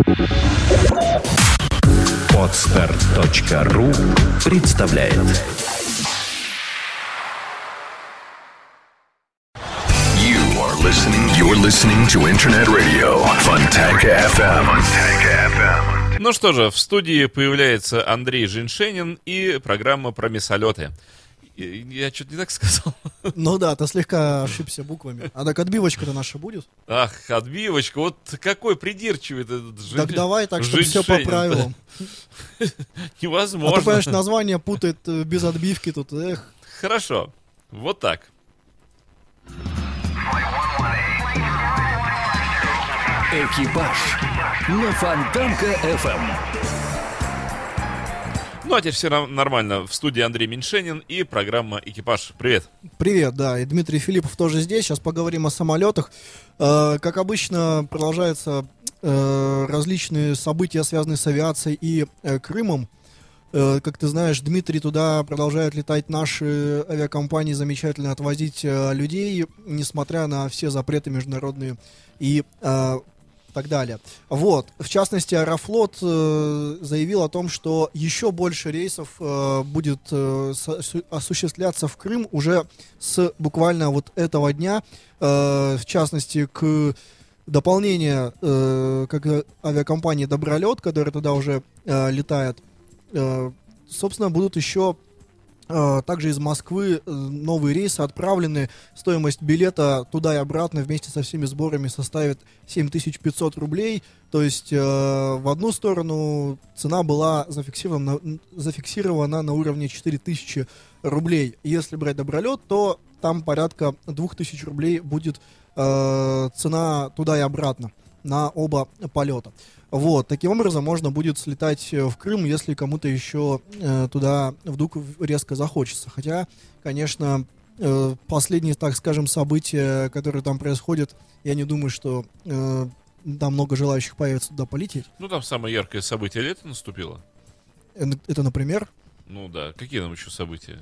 Podster.ru представляет. You're listening to Internet Radio Fontanka FM. Ну что же, в студии появляется Андрей Женьшенин и программа про мясолеты. Я что-то не так сказал? Ну да, ты слегка ошибся буквами. А так отбивочка-то наша будет? Ах, отбивочка, вот какой придирчивый этот Женьшенин. Так давай так, чтобы все по правилам. Невозможно. А ты, понимаешь, название путает без отбивки тут, эх. Хорошо, вот так. Экипаж на Фонтанка FM. Ну, а теперь все нормально. В студии Андрей Меньшенин и программа «Экипаж». Привет. Привет, да, и Дмитрий Филиппов тоже здесь. Сейчас поговорим о самолетах. Как обычно, продолжаются различные события, связанные с авиацией и Крымом. Как ты знаешь, Дмитрий, туда продолжают летать наши авиакомпании, замечательно отвозить людей, несмотря на все запреты международные и так далее. Вот, в частности, Аэрофлот заявил о том, что еще больше рейсов будет осуществляться в Крым уже с буквально вот этого дня, в частности, к дополнению как авиакомпании «Добролет», которая туда уже летает. Собственно, будут еще также из Москвы новые рейсы отправлены. Стоимость билета туда и обратно вместе со всеми сборами составит 7500 рублей. То есть в одну сторону цена была зафиксирована на уровне 4000 рублей. Если брать Добролет, то там порядка 2000 рублей будет цена туда и обратно на оба полета. Вот, таким образом можно будет слетать в Крым, если кому-то еще туда вдруг резко захочется. Хотя, конечно, последние, так скажем, события, которые там происходят, я не думаю, что там много желающих появится туда полететь. Ну, там самое яркое событие лета наступило. Это, например? Ну да, какие там еще события?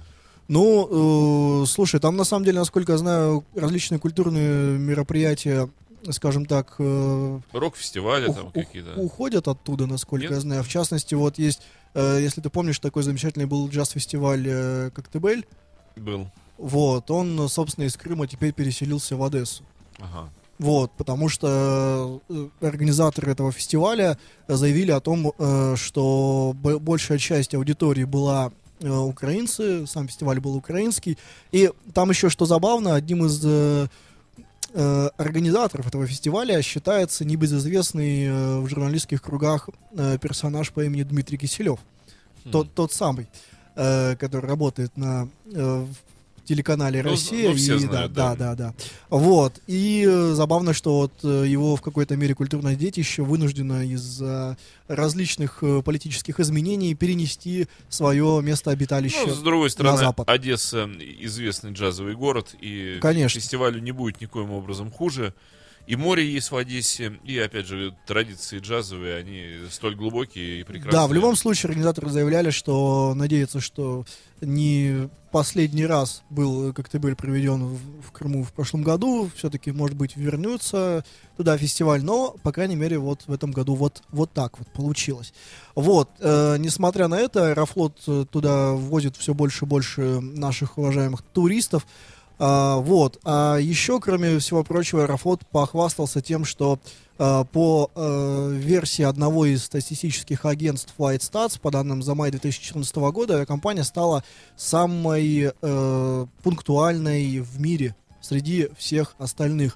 Ну, слушай, там на самом деле, насколько я знаю, различные культурные мероприятия, скажем так, рок-фестивали там какие-то уходят оттуда, насколько я знаю. В частности, вот есть, если ты помнишь, такой замечательный был джаз-фестиваль «Коктебель». Был. Вот, он, собственно, из Крыма теперь переселился в Одессу. Ага. Вот, потому что организаторы этого фестиваля заявили о том, что большая часть аудитории была украинцы, сам фестиваль был украинский. И там еще, что забавно, одним из организаторов этого фестиваля считается небезызвестный в журналистских кругах персонаж по имени Дмитрий Киселев. Тот самый, который работает на телеканале «Россия». Все знают, да. Вот. И забавно, что вот его в какой-то мере культурное детище вынуждено из-за различных политических изменений перенести свое место обиталища на запад. С другой стороны, Одесса известный джазовый город, и конечно, фестивалю не будет никоим образом хуже. И море есть в Одессе, и, опять же, традиции джазовые, они столь глубокие и прекрасные. Да, в любом случае организаторы заявляли, что надеются, что не последний раз был «Коктебель» проведен в Крыму в прошлом году, все-таки, может быть, вернется туда фестиваль, но, по крайней мере, вот в этом году вот так вот получилось. Вот, несмотря на это, Аэрофлот туда ввозит все больше и больше наших уважаемых туристов. Вот. А еще, кроме всего прочего, Аэрофлот похвастался тем, что по версии одного из статистических агентств FlightStats, по данным за май 2014 года, авиакомпания стала самой пунктуальной в мире среди всех остальных.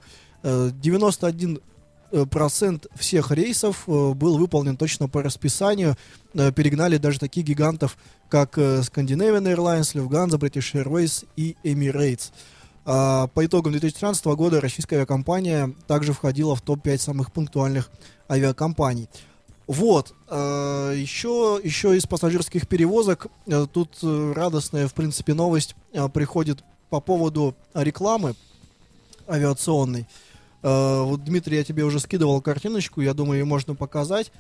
91% всех рейсов был выполнен точно по расписанию. Перегнали даже таких гигантов, как Scandinavian Airlines, Lufthansa, British Airways и Emirates. По итогам 2013 года российская авиакомпания также входила в топ-5 самых пунктуальных авиакомпаний. Вот. Еще из пассажирских перевозок тут радостная, в принципе, новость приходит по поводу рекламы авиационной. Вот, Дмитрий, я тебе уже скидывал картиночку, я думаю, ее можно показать.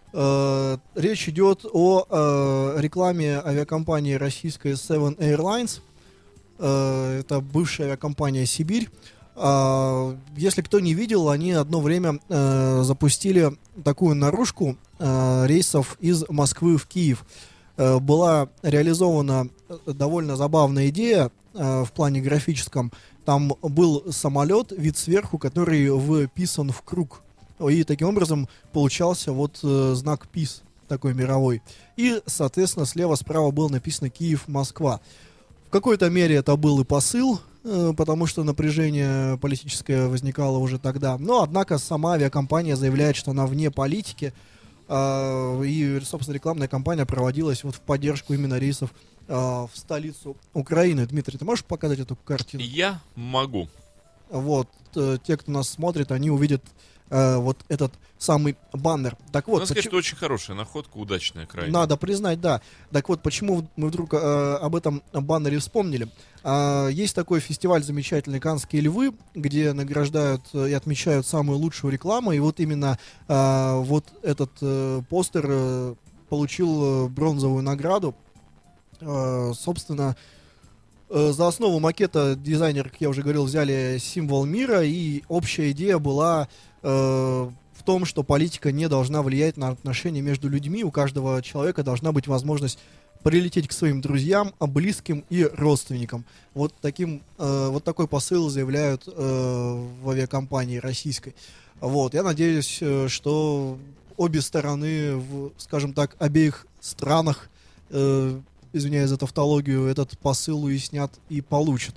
Речь идет о рекламе авиакомпании российской Seven Airlines. Это бывшая авиакомпания «Сибирь». Если кто не видел, они одно время запустили такую наружку рейсов из Москвы в Киев. Была реализована довольно забавная идея в плане графическом. Там был самолет, вид сверху, который вписан в круг. И таким образом получался вот знак ПИС, такой мировой. И, соответственно, слева-справа было написано «Киев-Москва». В какой-то мере это был и посыл, потому что напряжение политическое возникало уже тогда. Но, однако, сама авиакомпания заявляет, что она вне политики. И, собственно, рекламная кампания проводилась вот в поддержку именно рейсов в столицу Украины. Дмитрий, ты можешь показать эту картину? Я могу. Вот, те, кто нас смотрит, они увидят вот этот самый баннер. Так вот, надо сказать, что очень хорошая находка, удачная крайне. надо признать, да. Так вот, почему мы вдруг об этом баннере вспомнили? Есть такой фестиваль замечательный «Канские львы», где награждают и отмечают самую лучшую рекламу. И вот именно вот этот постер получил бронзовую награду. Собственно, за основу макета дизайнер, как я уже говорил, взяли символ мира, и общая идея была в том, что политика не должна влиять на отношения между людьми. У каждого человека должна быть возможность прилететь к своим друзьям, близким и родственникам. Вот такой посыл заявляют в авиакомпании российской. Вот, я надеюсь, что обе стороны, скажем так, обеих странах, извиняюсь за тавтологию, этот посыл уяснят и получат.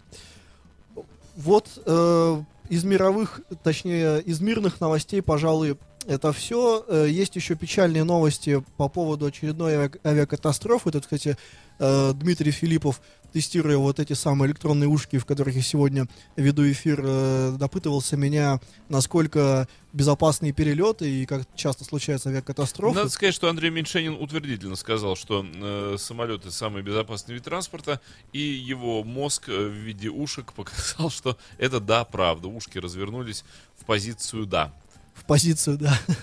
Вот из мировых, точнее, из мирных новостей, пожалуй, это все. Есть еще печальные новости по поводу очередной авиакатастрофы. Тут, кстати, Дмитрий Филиппов, тестируя вот эти самые электронные ушки, в которых я сегодня веду эфир, допытывался меня, насколько безопасные перелеты и как часто случаются авиакатастрофы. Надо сказать, что Андрей Меньшенин утвердительно сказал, что самолеты самый безопасный вид транспорта, и его мозг в виде ушек показал, что это да, правда. Ушки развернулись в позицию «да». В позицию,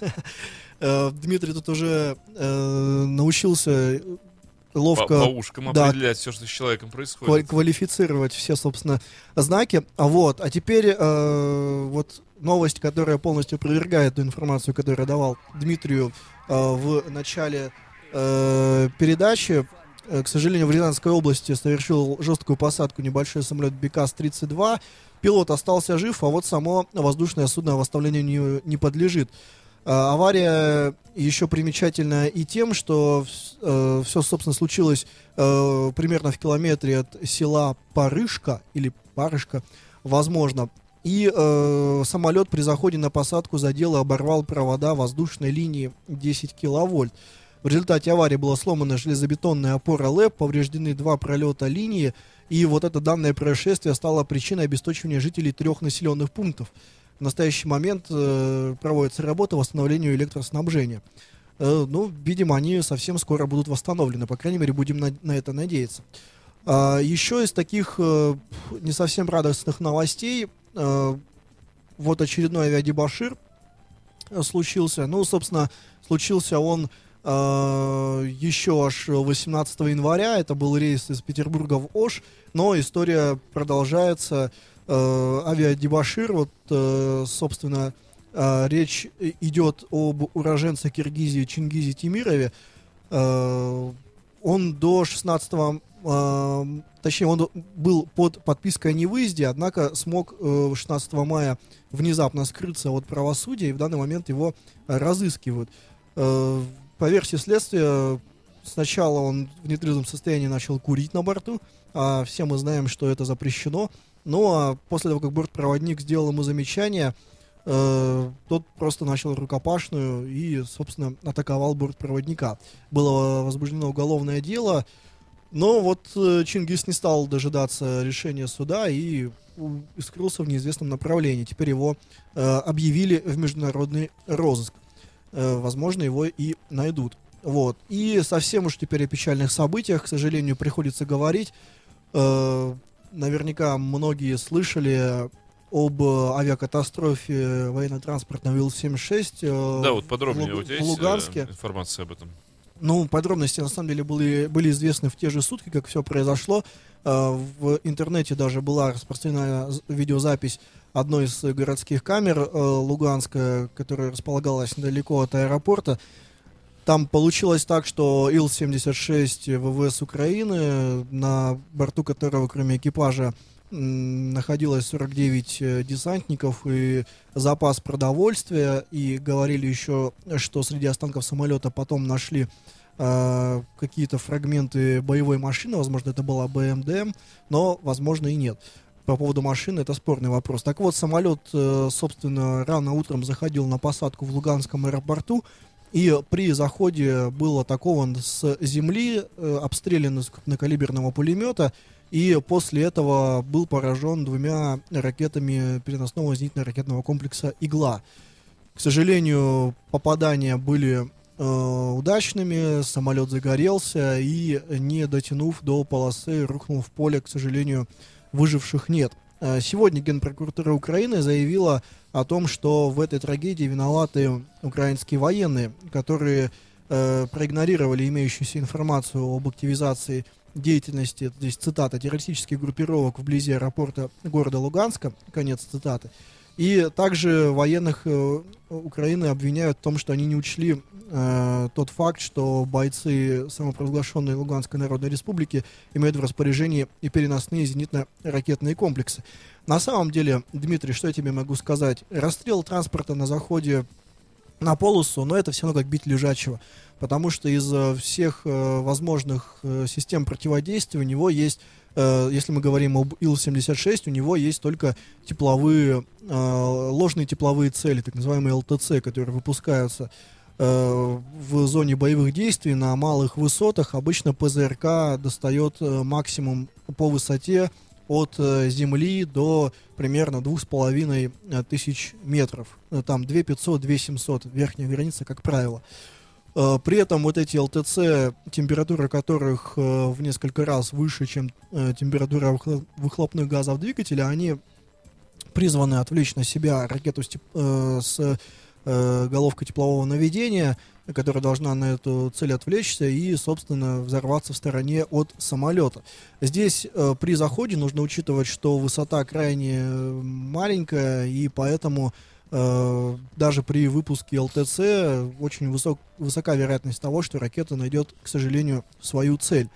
да. Дмитрий тут уже научился ловко по ушкам определять все, что с человеком происходит. Квалифицировать все, собственно, знаки. А теперь вот новость, которая полностью опровергает ту информацию, которую я давал Дмитрию в начале передачи. К сожалению, в Рязанской области совершил жесткую посадку небольшой самолет Бекас-32. Пилот остался жив, а вот само воздушное судно восстановлению не подлежит. Авария еще примечательна и тем, что все, собственно, случилось примерно в километре от села Парышка, или Парышка, возможно. И самолет при заходе на посадку задел и оборвал провода воздушной линии 10 киловольт. В результате аварии была сломана железобетонная опора ЛЭП, повреждены 2 пролета линии, и вот это данное происшествие стало причиной обесточивания жителей 3 населенных пунктов. В настоящий момент проводится работа по восстановлению электроснабжения. Видимо, они совсем скоро будут восстановлены, по крайней мере, будем на это надеяться. Еще из таких не совсем радостных новостей, вот очередной авиадебошир случился. Собственно, случился он еще аж 18 января. Это был рейс из Петербурга в Ош, но история продолжается. Авиадебошир, собственно, речь идет об уроженце Киргизии Чингизе Темирове. Он до 16-го, точнее, он был под подпиской о невыезде, однако смог 16 мая внезапно скрыться от правосудия, и в данный момент его разыскивают. По версии следствия, сначала он в нетрезвом состоянии начал курить на борту, а все мы знаем, что это запрещено. А после того, как бортпроводник сделал ему замечание, тот просто начал рукопашную и, собственно, атаковал бортпроводника. Было возбуждено уголовное дело, но Чингис не стал дожидаться решения суда и скрылся в неизвестном направлении. Теперь его объявили в международный розыск. Возможно, его и найдут. И совсем уж теперь о печальных событиях, к сожалению, приходится говорить. Наверняка многие слышали об авиакатастрофе военно-транспортного Ил-76 да, подробнее в Луганске. Информация об этом. Подробности, на самом деле, были известны в те же сутки, как все произошло. В интернете даже была распространена видеозапись одной из городских камер Луганска, которая располагалась недалеко от аэропорта. Там получилось так, что Ил-76 ВВС Украины, на борту которого, кроме экипажа, находилось 49 десантников и запас продовольствия. И говорили еще, что среди останков самолета потом нашли какие-то фрагменты боевой машины. Возможно, это была БМД, но, возможно, и нет. По поводу машины это спорный вопрос. Так вот, самолет, собственно, рано утром заходил на посадку в Луганском аэропорту. И при заходе был атакован с земли, обстрелян из крупнокалиберного пулемета, и после этого был поражен 2 ракетами переносного зенитно-ракетного комплекса «Игла». К сожалению, попадания были удачными, самолет загорелся и, не дотянув до полосы, рухнул в поле. К сожалению, выживших нет. Сегодня Генпрокуратура Украины заявила о том, что в этой трагедии виноваты украинские военные, которые проигнорировали имеющуюся информацию об активизации деятельности, здесь цитата, террористических группировок вблизи аэропорта города Луганска, конец цитаты. И также военных Украины обвиняют в том, что они не учли тот факт, что бойцы самопровозглашенной Луганской Народной Республики имеют в распоряжении и переносные зенитно-ракетные комплексы. На самом деле, Дмитрий, что я тебе могу сказать? Расстрел транспорта на заходе на полосу, но это все равно как бить лежачего, потому что из всех возможных систем противодействия у него есть, если мы говорим об Ил-76, у него есть только тепловые, ложные тепловые цели, так называемые ЛТЦ, которые выпускаются в зоне боевых действий на малых высотах. Обычно ПЗРК достает максимум по высоте от земли до примерно 2500 метров. Там 2500, 2700, верхняя граница, как правило. При этом вот эти ЛТЦ, температура которых в несколько раз выше, чем температура выхлопных газов двигателя, они призваны отвлечь на себя ракету с головкой теплового наведения, которая должна на эту цель отвлечься и, собственно, взорваться в стороне от самолета. Здесь при заходе нужно учитывать, что высота крайне маленькая, и поэтому даже при выпуске ЛТЦ очень высока вероятность того, что ракета найдет, к сожалению, свою цель.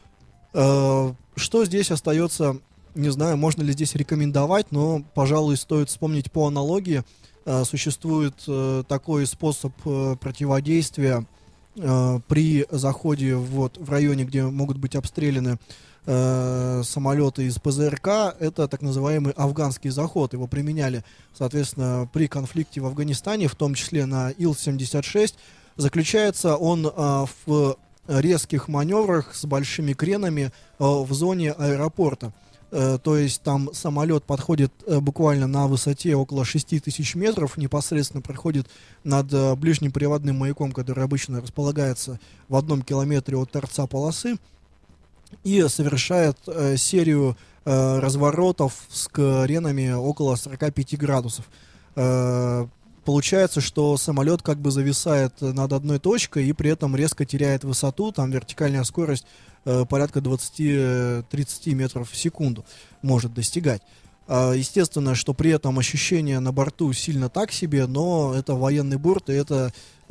Что здесь остается, не знаю, можно ли здесь рекомендовать, но, пожалуй, стоит вспомнить по аналогии. Существует такой способ противодействия при заходе в районе, где могут быть обстреляны самолеты из ПЗРК. Это так называемый афганский заход. Его применяли, соответственно, при конфликте в Афганистане, в том числе на Ил-76. Заключается он в резких маневрах с большими кренами в зоне аэропорта. То есть там самолет подходит буквально на высоте около 6000 метров, непосредственно проходит над ближним приводным маяком, который обычно располагается в 1 километре от торца полосы, и совершает серию разворотов с кренами около 45 градусов. Получается, что самолет как бы зависает над одной точкой и при этом резко теряет высоту, там вертикальная скорость порядка 20-30 метров в секунду может достигать. Естественно, что при этом ощущение на борту сильно так себе, но это военный борт, и это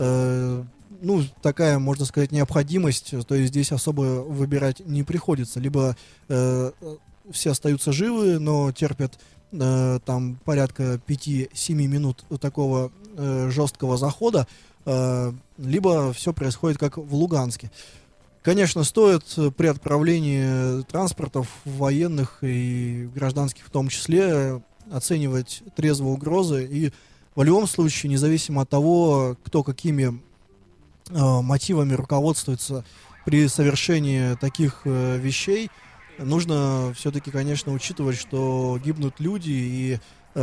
такая, можно сказать, необходимость, то есть здесь особо выбирать не приходится. Либо все остаются живы, но терпят там порядка 5-7 минут такого жесткого захода, либо все происходит как в Луганске. Конечно, стоит при отправлении транспортов военных и гражданских в том числе оценивать трезво угрозы, и в любом случае, независимо от того, кто какими мотивами руководствуется при совершении таких вещей, нужно все-таки, конечно, учитывать, что гибнут люди, и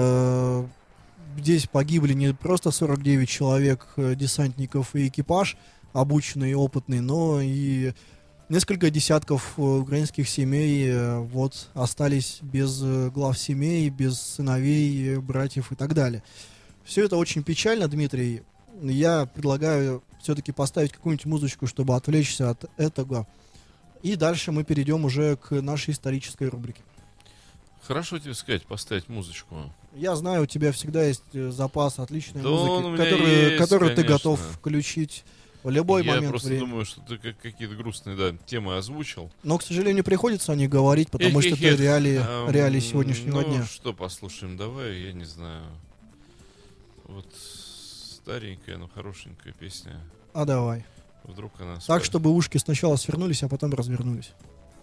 здесь погибли не просто 49 человек, десантников и экипаж, обученный и опытный, но и несколько десятков украинских семей остались без глав семей, без сыновей, братьев и так далее. Все это очень печально, Дмитрий. Я предлагаю все-таки поставить какую-нибудь музычку, чтобы отвлечься от этого. И дальше мы перейдем уже к нашей исторической рубрике. Хорошо тебе сказать, поставить музычку. Я знаю, у тебя всегда есть запас отличной Да он у музыки, меня есть, которую ты конечно. готов включить в любой Я момент просто времени. думаю, что ты какие-то грустные, да, темы озвучил. Но, к сожалению, приходится о них говорить, потому что это Эх-эх-эх. реалии сегодняшнего дня. Что послушаем? Давай, я не знаю. Вот старенькая, но хорошенькая песня. А давай. Вдруг она... Так, чтобы ушки сначала свернулись, а потом развернулись.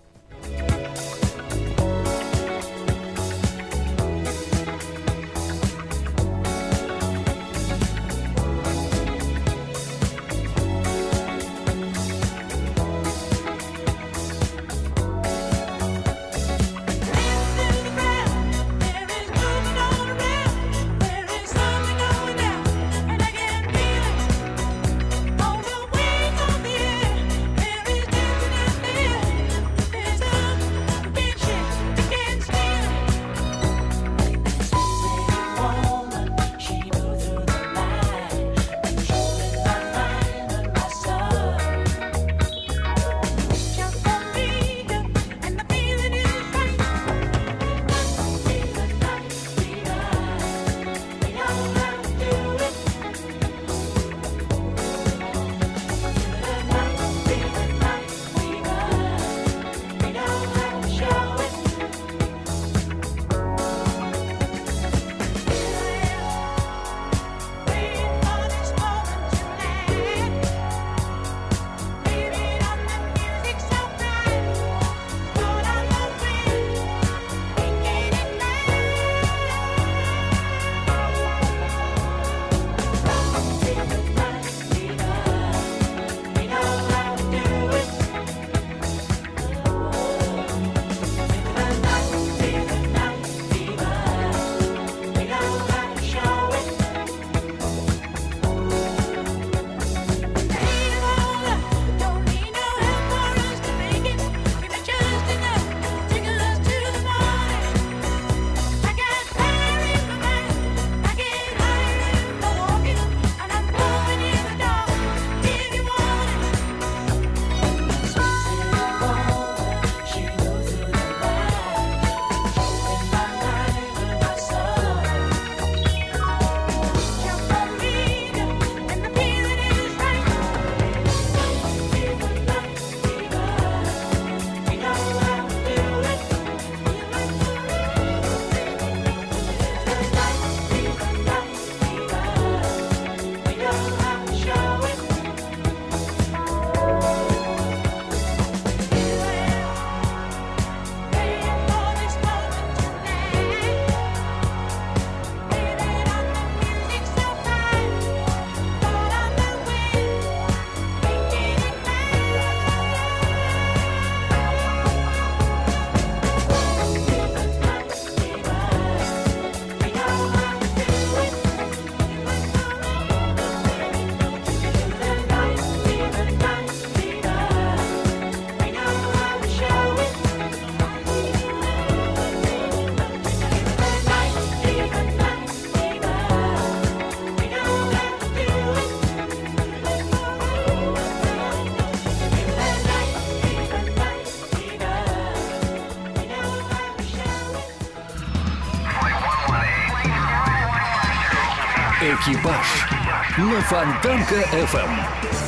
Экипаж на Фонтанка FM.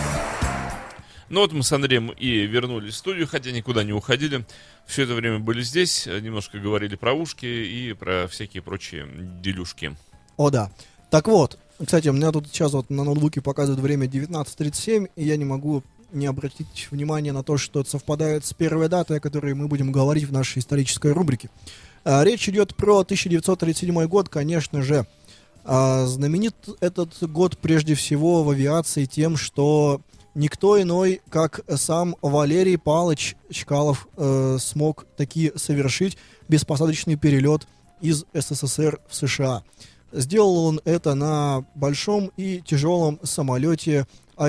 Ну вот мы с Андреем и вернулись в студию, хотя никуда не уходили. Все это время были здесь, немножко говорили про ушки и про всякие прочие делюшки. О, да. Так вот, кстати, у меня тут сейчас вот на ноутбуке показывает время 19:37, и я не могу не обратить внимание на то, что это совпадает с первой датой, о которой мы будем говорить в нашей исторической рубрике. Речь идет про 1937 год, конечно же. Знаменит этот год прежде всего в авиации тем, что никто иной, как сам Валерий Павлович Чкалов смог таки совершить беспосадочный перелет из СССР в США. Сделал он это на большом и тяжелом самолете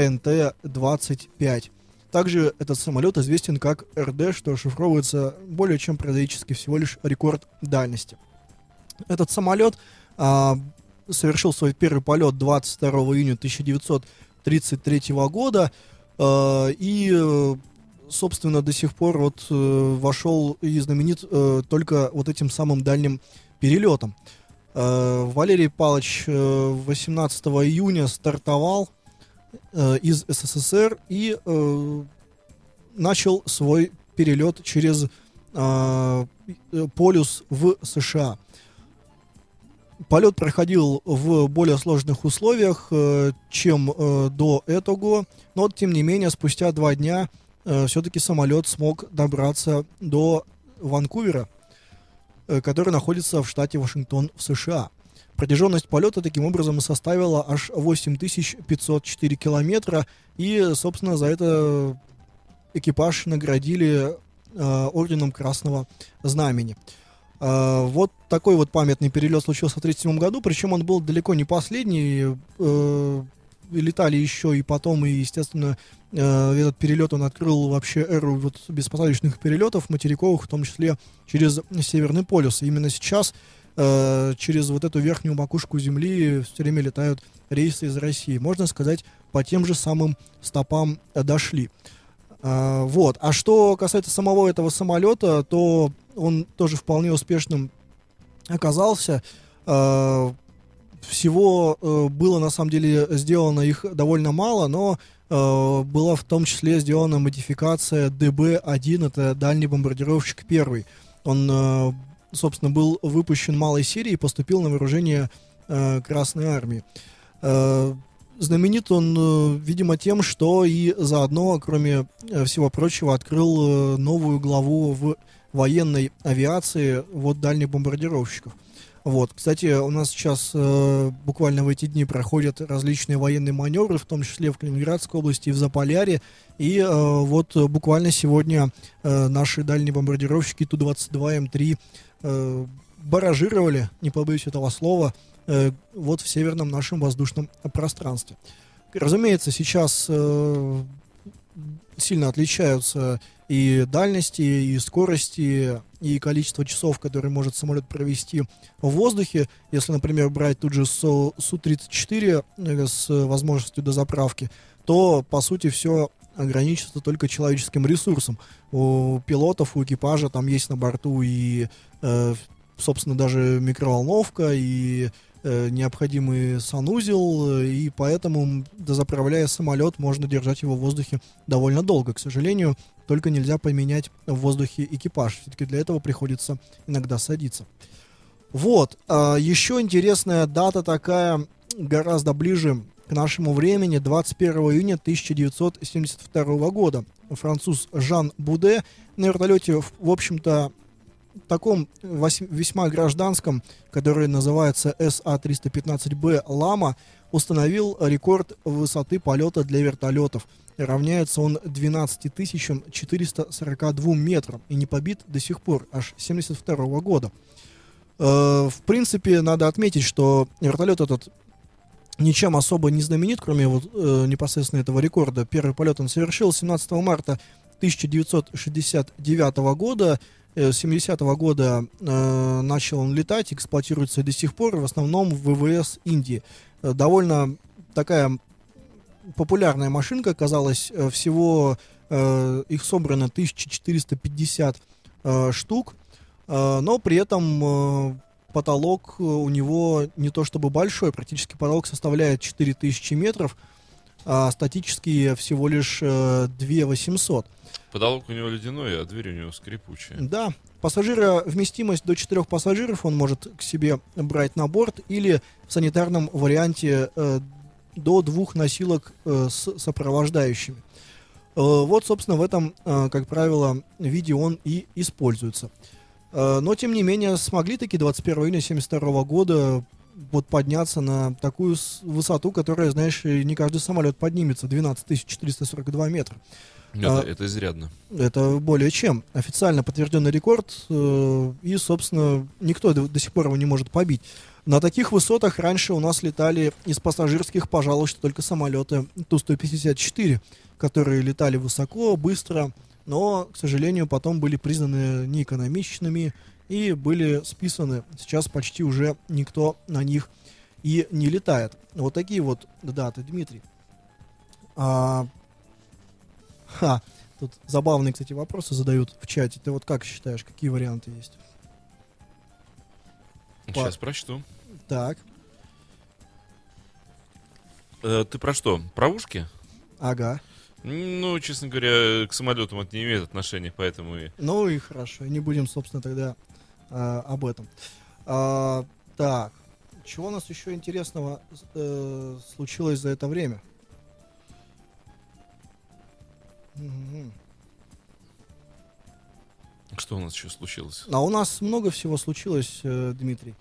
АНТ-25. Также этот самолет известен как РД, что шифровывается более чем прозаически, всего лишь рекорд дальности. Этот самолет совершил свой первый полет 22 июня 1933 года и, собственно, до сих пор вот вошел и знаменит только вот этим самым дальним перелетом. Валерий Павлович 18 июня стартовал из СССР и начал свой перелет через полюс в США. Полет проходил в более сложных условиях, чем до этого, но тем не менее спустя 2 дня все-таки самолет смог добраться до Ванкувера, который находится в штате Вашингтон в США. Протяженность полета таким образом составила аж 8504 километра, и, собственно, за это экипаж наградили орденом Красного Знамени. Вот такой вот памятный перелет случился в 1937 году, причем он был далеко не последний. Летали еще и потом, и, естественно, этот перелет он открыл вообще эру вот беспосадочных перелетов материковых, в том числе через Северный полюс. И именно сейчас через вот эту верхнюю макушку Земли все время летают рейсы из России. Можно сказать, по тем же самым стопам дошли. Вот. А что касается самого этого самолета, то он тоже вполне успешным оказался. Всего было на самом деле сделано их довольно мало, но была в том числе сделана модификация ДБ-1, это дальний бомбардировщик первый. Он, собственно, был выпущен малой серией и поступил на вооружение Красной Армии. Знаменит он, видимо, тем, что и заодно, кроме всего прочего, открыл новую главу в военной авиации вот дальних бомбардировщиков. Вот. Кстати, у нас сейчас буквально в эти дни проходят различные военные маневры, в том числе в Калининградской области и в Заполярье. И вот буквально сегодня наши дальние бомбардировщики Ту-22М3 баражировали, не побоюсь этого слова, вот в северном нашем воздушном пространстве. Разумеется, сейчас сильно отличаются и дальности, и скорости, и количество часов, которые может самолет провести в воздухе. Если, например, брать тут же Су-34 с возможностью дозаправки, то, по сути, все ограничится только человеческим ресурсом. У пилотов, у экипажа там есть на борту и, собственно, даже микроволновка, и необходимый санузел, и поэтому, дозаправляя самолет, можно держать его в воздухе довольно долго. К сожалению, только нельзя поменять в воздухе экипаж. Все-таки для этого приходится иногда садиться. Вот. Еще интересная дата такая, гораздо ближе к нашему времени, 21 июня 1972 года. Француз Жан Буде на вертолете, в общем-то, таком весьма гражданском, который называется СА-315Б «Лама», установил рекорд высоты полета для вертолетов. Равняется он 12 442 метрам и не побит до сих пор, аж 1972 года. В принципе, надо отметить, что вертолет этот ничем особо не знаменит, кроме вот, непосредственно этого рекорда. Первый полет он совершил 17 марта 1969 года. С 70-го года начал он летать, эксплуатируется до сих пор, в основном в ВВС Индии. Довольно такая популярная машинка оказалась, всего их собрано 1450 штук, но при этом потолок у него не то чтобы большой, практически потолок составляет 4000 метров, а статический всего лишь 2800. Потолок у него ледяной, а дверь у него скрипучая. Да, вместимость до 4 пассажиров он может к себе брать на борт, или в санитарном варианте до 2 носилок с сопровождающими. Вот, собственно, в этом, как правило, виде он и используется. Но, тем не менее, смогли таки 21 июня 1972 года вот подняться на такую высоту, которая, знаешь, не каждый самолет поднимется, 12 442 метра. Это изрядно. Это более чем. Официально подтвержденный рекорд, и, собственно, никто до сих пор его не может побить. На таких высотах раньше у нас летали из пассажирских, пожалуй, что только самолеты Ту-154, которые летали высоко, быстро, но, к сожалению, потом были признаны неэкономичными и были списаны. Сейчас почти уже никто на них и не летает. Вот такие вот даты, Дмитрий. Тут забавные, кстати, вопросы задают в чате. Ты вот как считаешь, какие варианты есть? Сейчас прочту. Так, Ты про что? Про ушки? ага. Ну, честно говоря, к самолетам это не имеет отношения, поэтому и... Ну и хорошо, не будем, собственно, тогда об этом. Так, чего у нас еще интересного случилось за это время? Мгм. Что у нас еще случилось? А у нас много всего случилось, Дмитрий.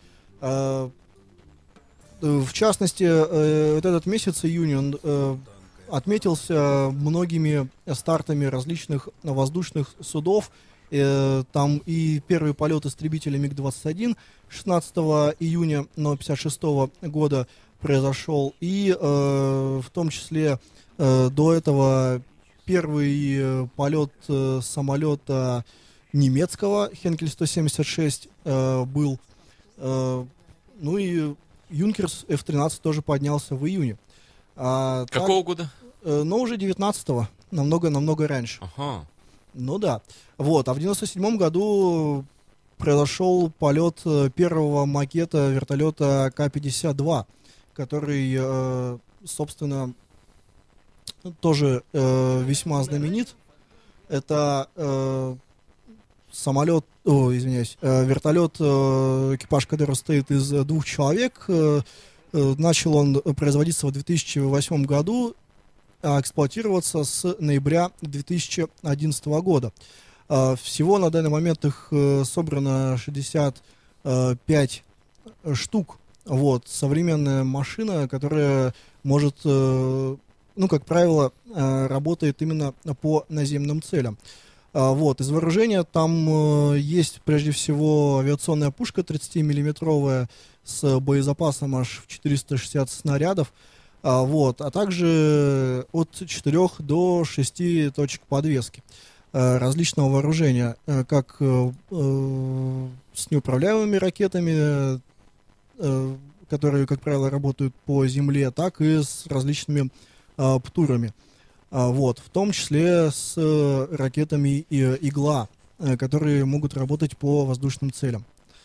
В частности, вот этот месяц, июнь, он отметился многими стартами различных воздушных судов. Там и первый полет истребителя МиГ-21 16 июня 1956 года произошел. И в том числе до этого первый полет самолета немецкого Хенкель-176 был. Ну и Юнкерс F-13 тоже поднялся в июне. Какого года? Но уже 19-го, намного раньше. Ага. Ну да. Вот, а в 97-м году произошел полет первого макета вертолета К-52, который, собственно, тоже весьма знаменит. Это самолет, вертолет, экипаж которого состоит из 2 человек. Начал он производиться в 2008 году, а эксплуатироваться с ноября 2011 года. Всего на данный момент их собрано 65 штук. Вот, современная машина, которая может, как правило, работает именно по наземным целям. Вот, из вооружения там есть прежде всего авиационная пушка 30-миллиметровая с боезапасом аж в 460 снарядов, вот, а также от 4 до 6 точек подвески различного вооружения, как с неуправляемыми ракетами, которые, как правило, работают по земле, так и с различными ПТУРами. Вот, в том числе с ракетами «Игла», которые могут работать по воздушным целям.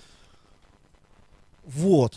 Вот.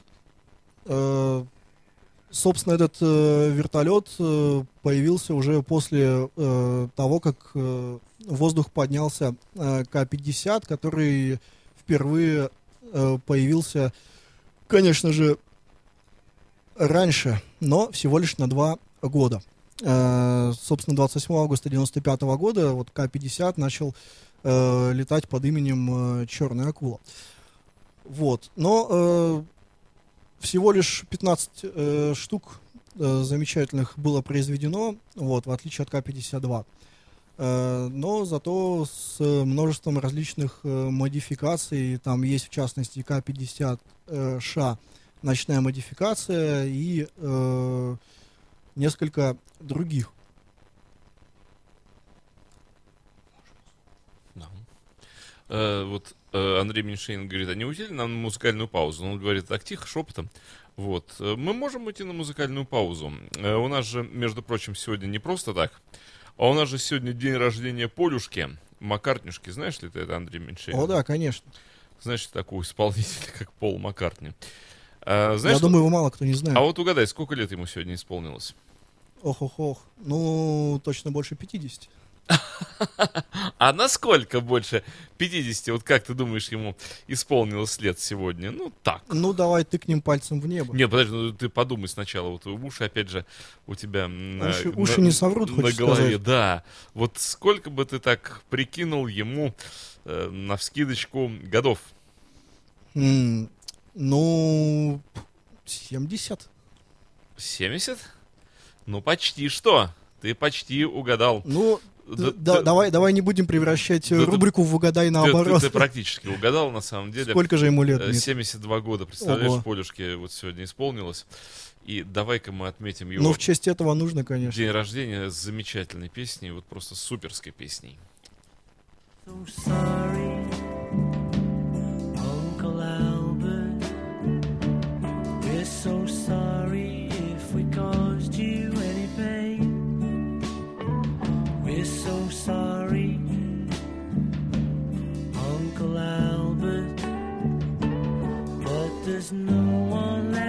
Собственно, этот вертолет появился уже после того, как в воздух поднялся К-50, который впервые появился, конечно же, раньше, но всего лишь на 2 года. Собственно, 28 августа 1995 года вот К-50 начал летать под именем «Черная акула». Вот. Но всего лишь 15 штук замечательных было произведено, вот, в отличие от К-52. Но зато с множеством различных модификаций. Там есть, в частности, К-50Ш ночная модификация и несколько других. Вот Андрей Меньшейн говорит, а не уйти ли нам на музыкальную паузу? Он говорит так тихо, шепотом. Вот. Мы можем уйти на музыкальную паузу. У нас же, между прочим, сегодня не просто так, а у нас же сегодня день рождения Полюшки, Маккартнюшки. Знаешь ли ты это, Андрей Меньшейн? О, да, конечно. Знаешь, такого исполнителя, как Пол Маккартни. Знаешь, я думаю, его мало кто не знает. А вот угадай, сколько лет ему сегодня исполнилось? Ох. Ну, точно больше 50. А насколько больше 50? Вот как ты думаешь, ему исполнилось лет сегодня? Ну, так. Ну, давай тыкнем пальцем в небо. Нет, подожди, ну ты подумай сначала. Вот уши, опять же, у тебя уши не соврут, на хочешь голове. сказать? Да. Вот сколько бы ты так прикинул ему навскидочку годов? Ну, 70. 70? Ну, почти что? Ты почти угадал. Ну, давай не будем превращать рубрику в «Угадай наоборот». Ты практически угадал, на самом деле. Сколько же ему лет, Дмитрий? 72 года, представляешь, Ого. Полюшке вот сегодня исполнилось. И давай-ка мы отметим его Ну, в честь этого нужно, конечно. день рождения с замечательной песней, вот просто суперской песней. So sorry, Uncle Albert. We're so sorry if we caused you any pain. We're so sorry, Uncle Albert. But there's no one left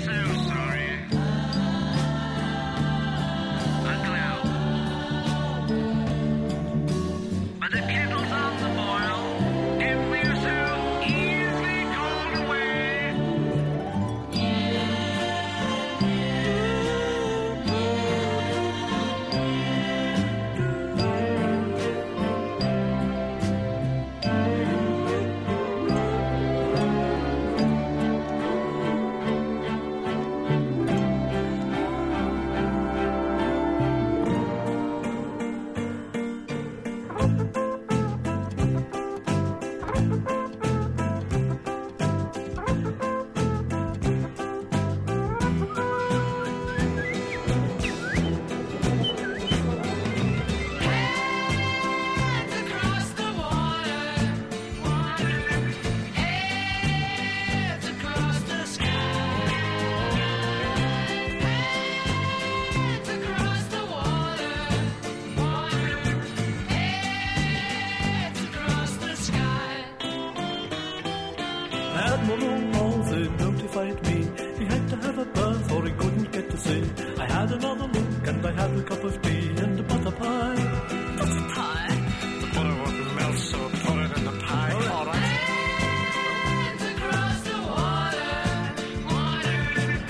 Admiral Halsey notified me he had to have a bath or he couldn't get to sea. I had another look and I had a cup of tea and a butter pie. Butter pie? The butter wouldn't melt, so put it in the pie. All right. Hands across the water, water.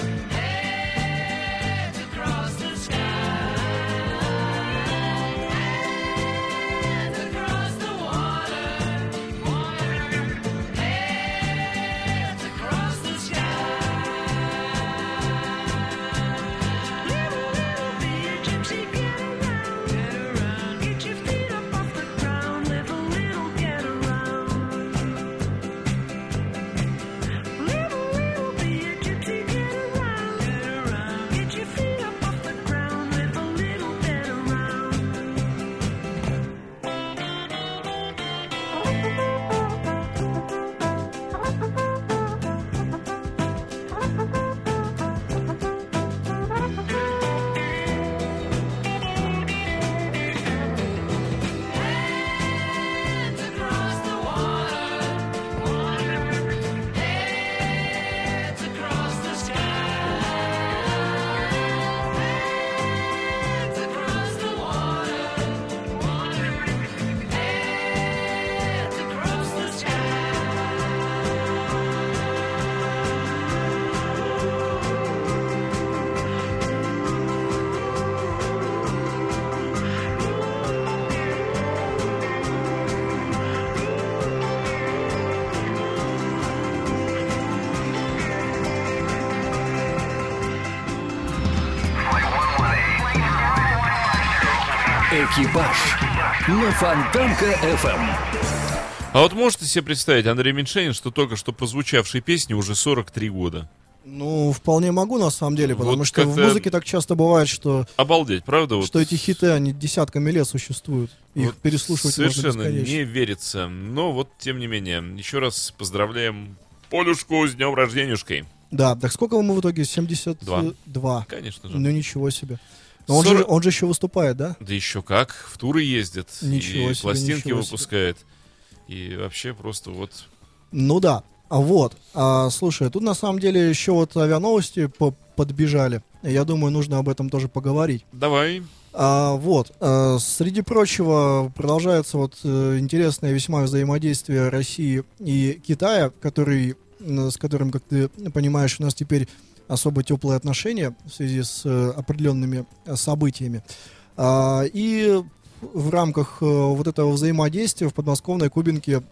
Hands across the sky. Hands across the water, water. Hands across the sky. Little, little be a gypsy, get around, get around. Get your feet up off the ground, little, little get around. Little, little be a gypsy, get around, get around. Get your feet up off the ground, little, little get around. Hands across the water, water. Hands across the sky. Hands across the water, water. Hands across the sky. Экипаж на Фонтанка FM. А вот можете себе представить, Андрей Меньшенин, что только что прозвучавшей песне уже 43 года? Ну, вполне могу, на самом деле, потому Вот что в как-то- музыке так часто бывает, что Обалдеть, правда? Вот эти хиты, они десятками лет существуют. Их вот переслушивать можно совершенно бесконечно. не верится. Но вот, тем не менее, еще раз поздравляем Полюшку с днем рожденюшкой. Да, так сколько мы в итоге? 72? Конечно же. Ну, ничего себе. Но он, 40 же, он же еще выступает, да? Да еще как, в туры ездит, Ничего и себе, пластинки ничего себе. выпускает. И вообще просто вот... Ну да. А вот, слушай, тут на самом деле еще вот авиановости подбежали. Я думаю, нужно об этом тоже поговорить. Давай. Среди прочего продолжается вот интересное весьма взаимодействие России и Китая, с которым, как ты понимаешь, у нас теперь особо теплые отношения в связи с определенными событиями. И в рамках вот этого взаимодействия в подмосковной Кубинке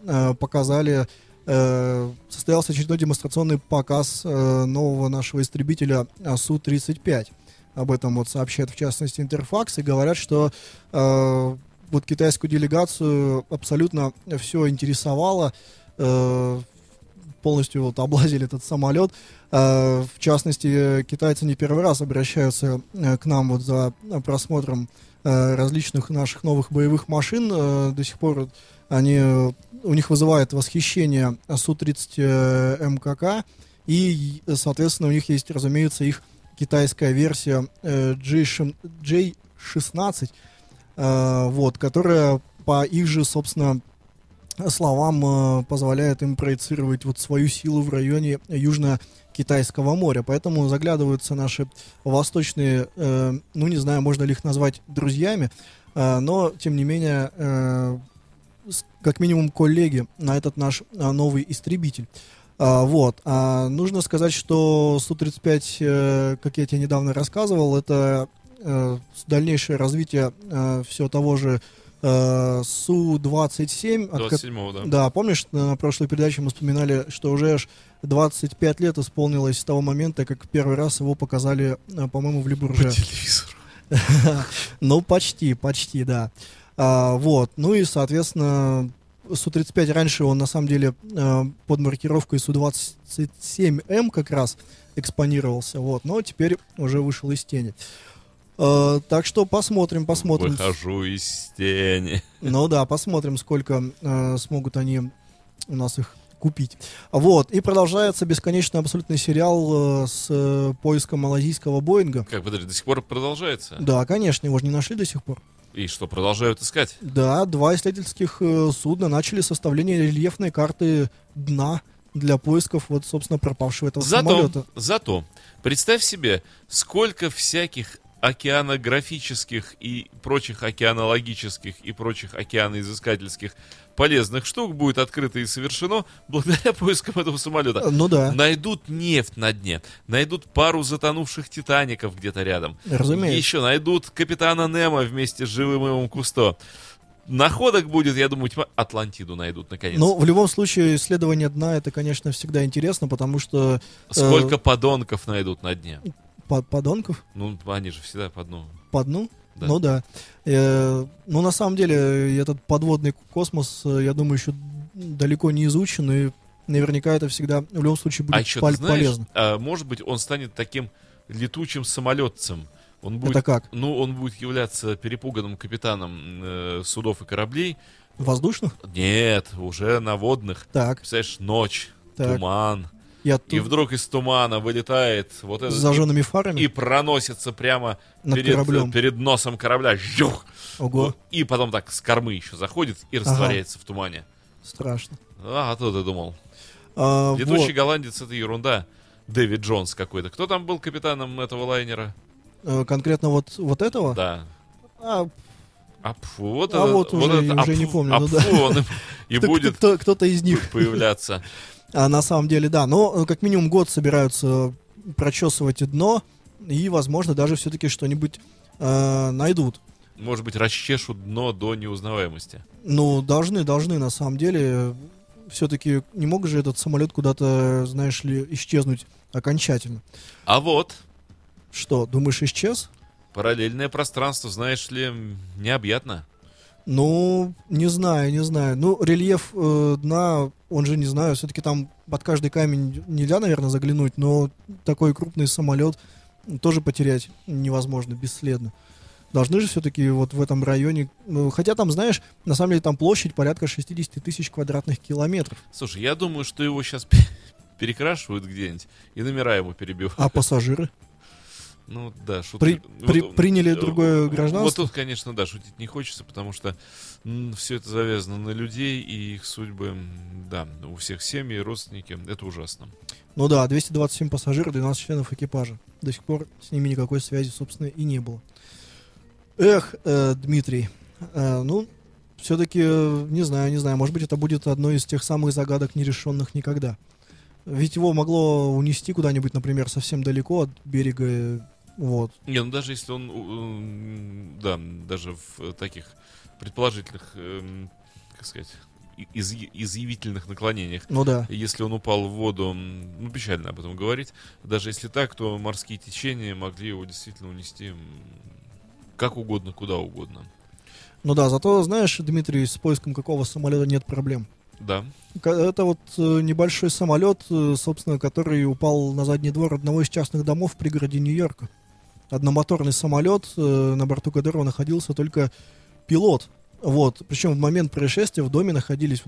состоялся очередной демонстрационный показ нового нашего истребителя Су-35. Об этом вот сообщает в частности Интерфакс, и говорят, что вот китайскую делегацию абсолютно все интересовало, полностью вот облазили этот самолет. В частности, китайцы не первый раз обращаются к нам вот за просмотром различных наших новых боевых машин. До сих пор у них вызывает восхищение Су-30 МКК, и, соответственно, у них есть, разумеется, их китайская версия J-16, вот, которая, по их же, собственно, словам, позволяет им проецировать вот свою силу в районе Китайского моря. Поэтому заглядываются наши восточные, ну не знаю, можно ли их назвать друзьями, но тем не менее, как минимум коллеги на этот наш новый истребитель. Вот. Нужно сказать, что Су-35, как я тебе недавно рассказывал, это дальнейшее развитие всего того же Су-27. 27-го, да. Да, помнишь, на прошлой передаче мы вспоминали, что уже аж 25 лет исполнилось с того момента, как первый раз его показали, по-моему, в По Ле-Бурже. телевизору. Ну, почти, да. Вот, ну и, соответственно, Су-35 раньше он, на самом деле, под маркировкой Су-27М как раз экспонировался, вот, но теперь уже вышел из тени. Так что посмотрим. Выхожу из тени. Ну да, посмотрим, сколько смогут они у нас их купить. Вот, и продолжается бесконечный абсолютный сериал с поиском малазийского Боинга. Как, подожди, до сих пор продолжается? Да, конечно, его же не нашли до сих пор. И что, продолжают искать? Да, 2 исследовательских судна начали составление рельефной карты дна для поисков, вот, собственно, пропавшего этого самолета. Зато, представь себе, сколько всяких океанографических и прочих океанологических и прочих океаноизыскательских полезных штук будет открыто и совершено благодаря поискам этого самолета. Ну да. Найдут нефть на дне, найдут пару затонувших Титаников где-то рядом. Разумеется. Еще найдут капитана Немо вместе с живым Ивом Кусто. Находок будет, я думаю, тьма. Атлантиду найдут, наконец. Ну, в любом случае, исследование дна, это, конечно, всегда интересно, потому что... Сколько подонков найдут на дне? Подонков? Ну, они же всегда по дну. По дну? Да. Ну да. Ну, на самом деле, этот подводный космос, я думаю, еще далеко не изучен, и наверняка это всегда в любом случае будет еще, ты знаешь, полезно. Может быть, он станет таким летучим самолетцем. Он будет, Это как? Ну, он будет являться перепуганным капитаном судов и кораблей. Воздушных? Нет, уже на водных. Так, Представляешь, ночь, Так. туман. я И тут вдруг из тумана вылетает вот с этот зажженными фарами. и проносится прямо Над кораблем. перед носом корабля. Жух! Ого, И потом так с кормы еще заходит и растворяется в тумане. страшно. А то ты думал. Вот. Летучий голландец — это ерунда. Дэвид Джонс какой-то. Кто там был капитаном этого лайнера? Конкретно вот этого? Да. А, Вот уже не помню, ну да. он и будет кто-то из них. появляться. На самом деле, да. Но как минимум год собираются прочесывать дно, и, возможно, даже все-таки что-нибудь найдут. Может быть, расчешут дно до неузнаваемости. Ну, должны, на самом деле. Все-таки не мог же этот самолет куда-то, знаешь ли, исчезнуть окончательно. А вот Что, думаешь, исчез? параллельное пространство, знаешь ли, необъятно. Ну, не знаю. Ну, рельеф дна, он же, не знаю, все-таки там под каждый камень нельзя, наверное, заглянуть, но такой крупный самолет тоже потерять невозможно, бесследно. Должны же все-таки вот в этом районе, хотя там, знаешь, на самом деле там площадь порядка 60 тысяч квадратных километров. Слушай, я думаю, что его сейчас перекрашивают где-нибудь и номера ему перебивают. А пассажиры? Ну да, шутки. Приняли другое гражданство? Вот тут, конечно, да, шутить не хочется, потому что все это завязано на людей и их судьбы. Да, у всех семьи, родственники. Это ужасно. Ну да, 227 пассажиров, 12 членов экипажа. До сих пор с ними никакой связи, собственно, и не было. Эх, Дмитрий, ну, все-таки, не знаю, может быть, это будет одной из тех самых загадок, нерешенных никогда. Ведь его могло унести куда-нибудь, например, совсем далеко от берега, вот. Не, ну даже если он, да, даже в таких предположительных, как сказать, изъявительных наклонениях, Ну да. если он упал в воду, ну, печально об этом говорить, даже если так, то морские течения могли его действительно унести как угодно, куда угодно. Ну да, зато, знаешь, Дмитрий, с поиском какого самолета нет проблем. Да. Это вот небольшой самолет, собственно, который упал на задний двор одного из частных домов в пригороде Нью-Йорка. Одномоторный самолет, на борту которого находился только пилот. Вот. Причем в момент происшествия в доме находились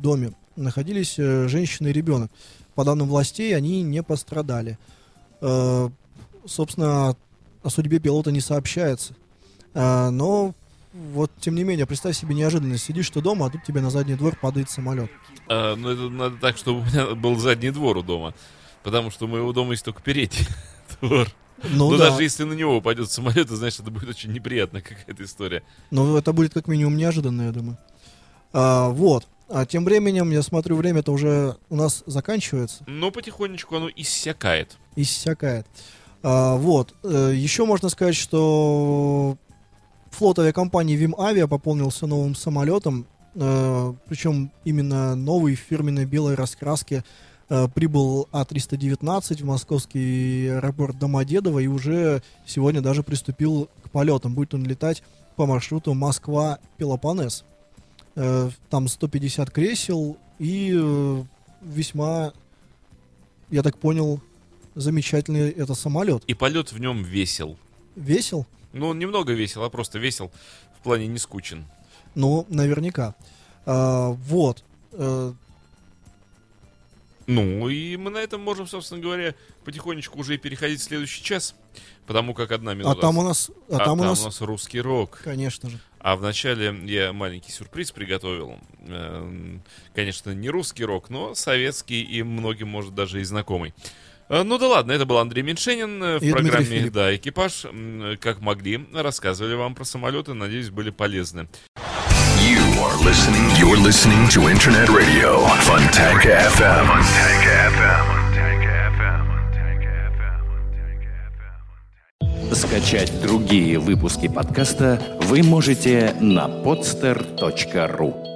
женщина и ребенок. По данным властей, они не пострадали. Собственно, о судьбе пилота не сообщается. Но вот, тем не менее, представь себе неожиданность. Сидишь ты дома, а тут тебе на задний двор падает самолет. Ну, это надо так, чтобы у меня был задний двор у дома. Потому что у моего дома есть только передний двор. Ну Но да, даже если на него упадет самолет, то значит, это будет очень неприятная какая-то история. но это будет как минимум неожиданно, я думаю. Вот. А тем временем, я смотрю, время-то уже у нас заканчивается, Но потихонечку оно иссякает. иссякает. Вот. Еще можно сказать, что флот авиакомпании Вимавиа пополнился новым самолетом, причем именно новый в фирменной белой раскраске. Прибыл А-319 в московский аэропорт Домодедово и уже сегодня даже приступил к полетам. Будет он летать по маршруту Москва-Пелопоннес. Там 150 кресел и весьма, я так понял, замечательный это самолет. И полет в нем весел. Весел? Ну, он немного весел, а просто весел в плане не скучен. Ну, наверняка. Вот. Ну, и мы на этом можем, собственно говоря, потихонечку уже и переходить в следующий час. Потому как одна минута. А там у нас... Там у нас русский рок. Конечно же. А вначале я маленький сюрприз приготовил. Конечно, не русский рок, но советский и многим, может, даже и знакомый. Ну да ладно, это был Андрей Меньшенин в И Дмитрий программе Филипп. «Да, экипаж». Как могли, рассказывали вам про самолеты, надеюсь, были полезны. You're listening to Internet Radio, Fontanka FM. Скачать другие выпуски подкаста вы можете на podster.ru.